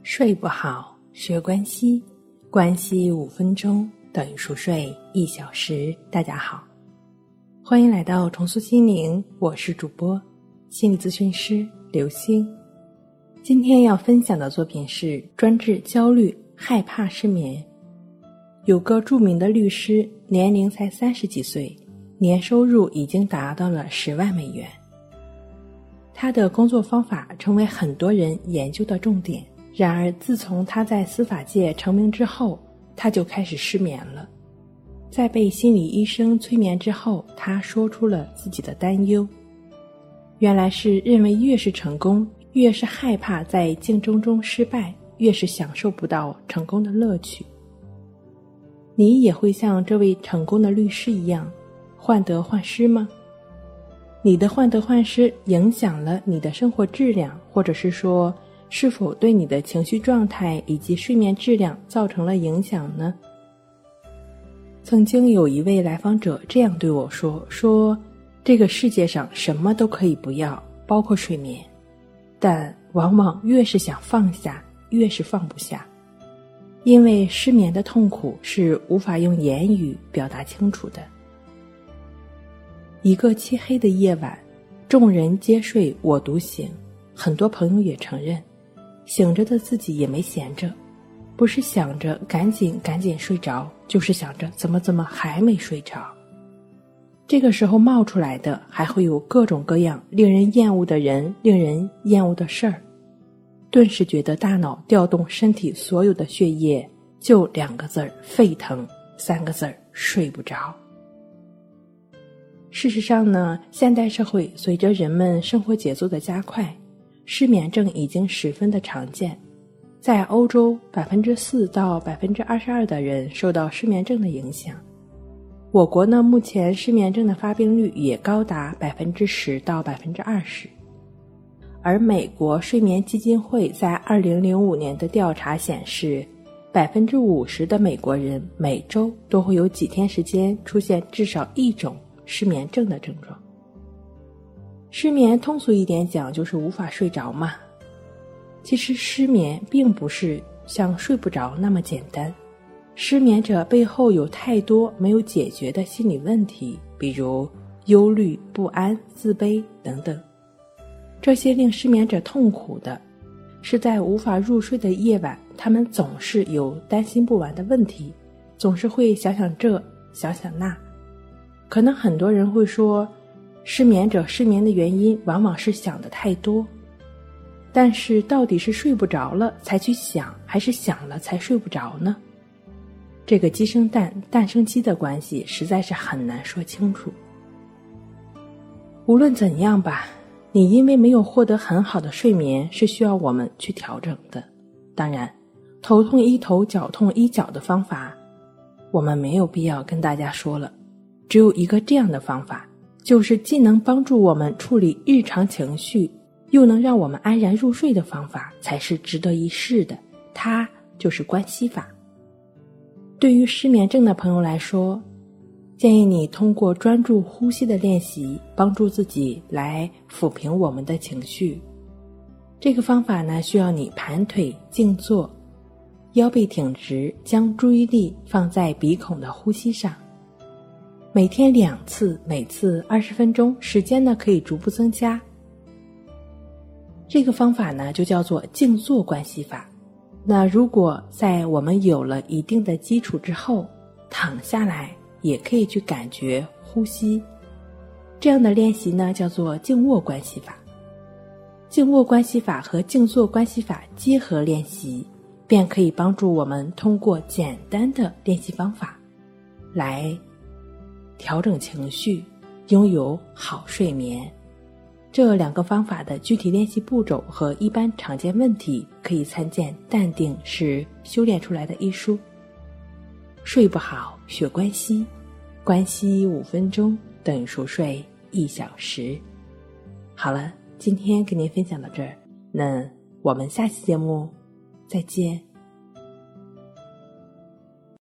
睡不好，学关息，关息5分钟等于熟睡1小时。大家好，欢迎来到重塑心灵，我是主播心理咨询师刘星。今天要分享的作品是专治焦虑、害怕失眠。有个著名的律师，年龄才30几岁，年收入已经达到了10万美元。他的工作方法成为很多人研究的重点。然而自从他在司法界成名之后，他就开始失眠了。在被心理医生催眠之后，他说出了自己的担忧。原来是认为越是成功，越是害怕在竞争中失败，越是享受不到成功的乐趣。你也会像这位成功的律师一样患得患失吗？你的患得患失影响了你的生活质量，或者是说是否对你的情绪状态以及睡眠质量造成了影响呢？曾经有一位来访者这样对我说这个世界上什么都可以不要，包括睡眠，但往往越是想放下，越是放不下。因为失眠的痛苦是无法用言语表达清楚的。一个漆黑的夜晚，众人皆睡我独醒，很多朋友也承认，醒着的自己也没闲着，不是想着赶紧睡着，就是想着怎么还没睡着。这个时候冒出来的还会有各种各样令人厌恶的人，令人厌恶的事儿，顿时觉得大脑调动身体所有的血液，就2个字儿沸腾，3个字儿睡不着。事实上呢，现代社会随着人们生活节奏的加快，失眠症已经十分的常见。在欧洲4%到22%的人受到失眠症的影响。我国呢，目前失眠症的发病率也高达10%到20%。而美国睡眠基金会在2005年的调查显示，50%的美国人每周都会有几天时间出现至少一种失眠症的症状。失眠通俗一点讲就是无法睡着嘛。其实失眠并不是像睡不着那么简单，失眠者背后有太多没有解决的心理问题，比如忧虑、不安、自卑等等。这些令失眠者痛苦的是在无法入睡的夜晚，他们总是有担心不完的问题，总是会想想这想想那。可能很多人会说，失眠者失眠的原因往往是想的太多，但是到底是睡不着了才去想，还是想了才睡不着呢？这个鸡生蛋，蛋生鸡的关系实在是很难说清楚。无论怎样吧，你因为没有获得很好的睡眠是需要我们去调整的。当然，头痛医头，脚痛医脚的方法我们没有必要跟大家说了，只有一个这样的方法，就是既能帮助我们处理日常情绪，又能让我们安然入睡的方法才是值得一试的，它就是关系法。对于失眠症的朋友来说，建议你通过专注呼吸的练习，帮助自己来抚平我们的情绪。这个方法呢，需要你盘腿静坐，腰背挺直，将注意力放在鼻孔的呼吸上。每天2次，每次20分钟，时间呢可以逐步增加。这个方法呢就叫做静坐关系法。那如果在我们有了一定的基础之后，躺下来也可以去感觉呼吸。这样的练习呢叫做静卧关系法。静卧关系法和静坐关系法结合练习，便可以帮助我们通过简单的练习方法来调整情绪，拥有好睡眠。这2个方法的具体练习步骤和一般常见问题，可以参见《淡定是修炼出来的》一书。睡不好，学关息，关息5分钟等于熟睡1小时。好了，今天跟您分享到这儿，那我们下期节目再见。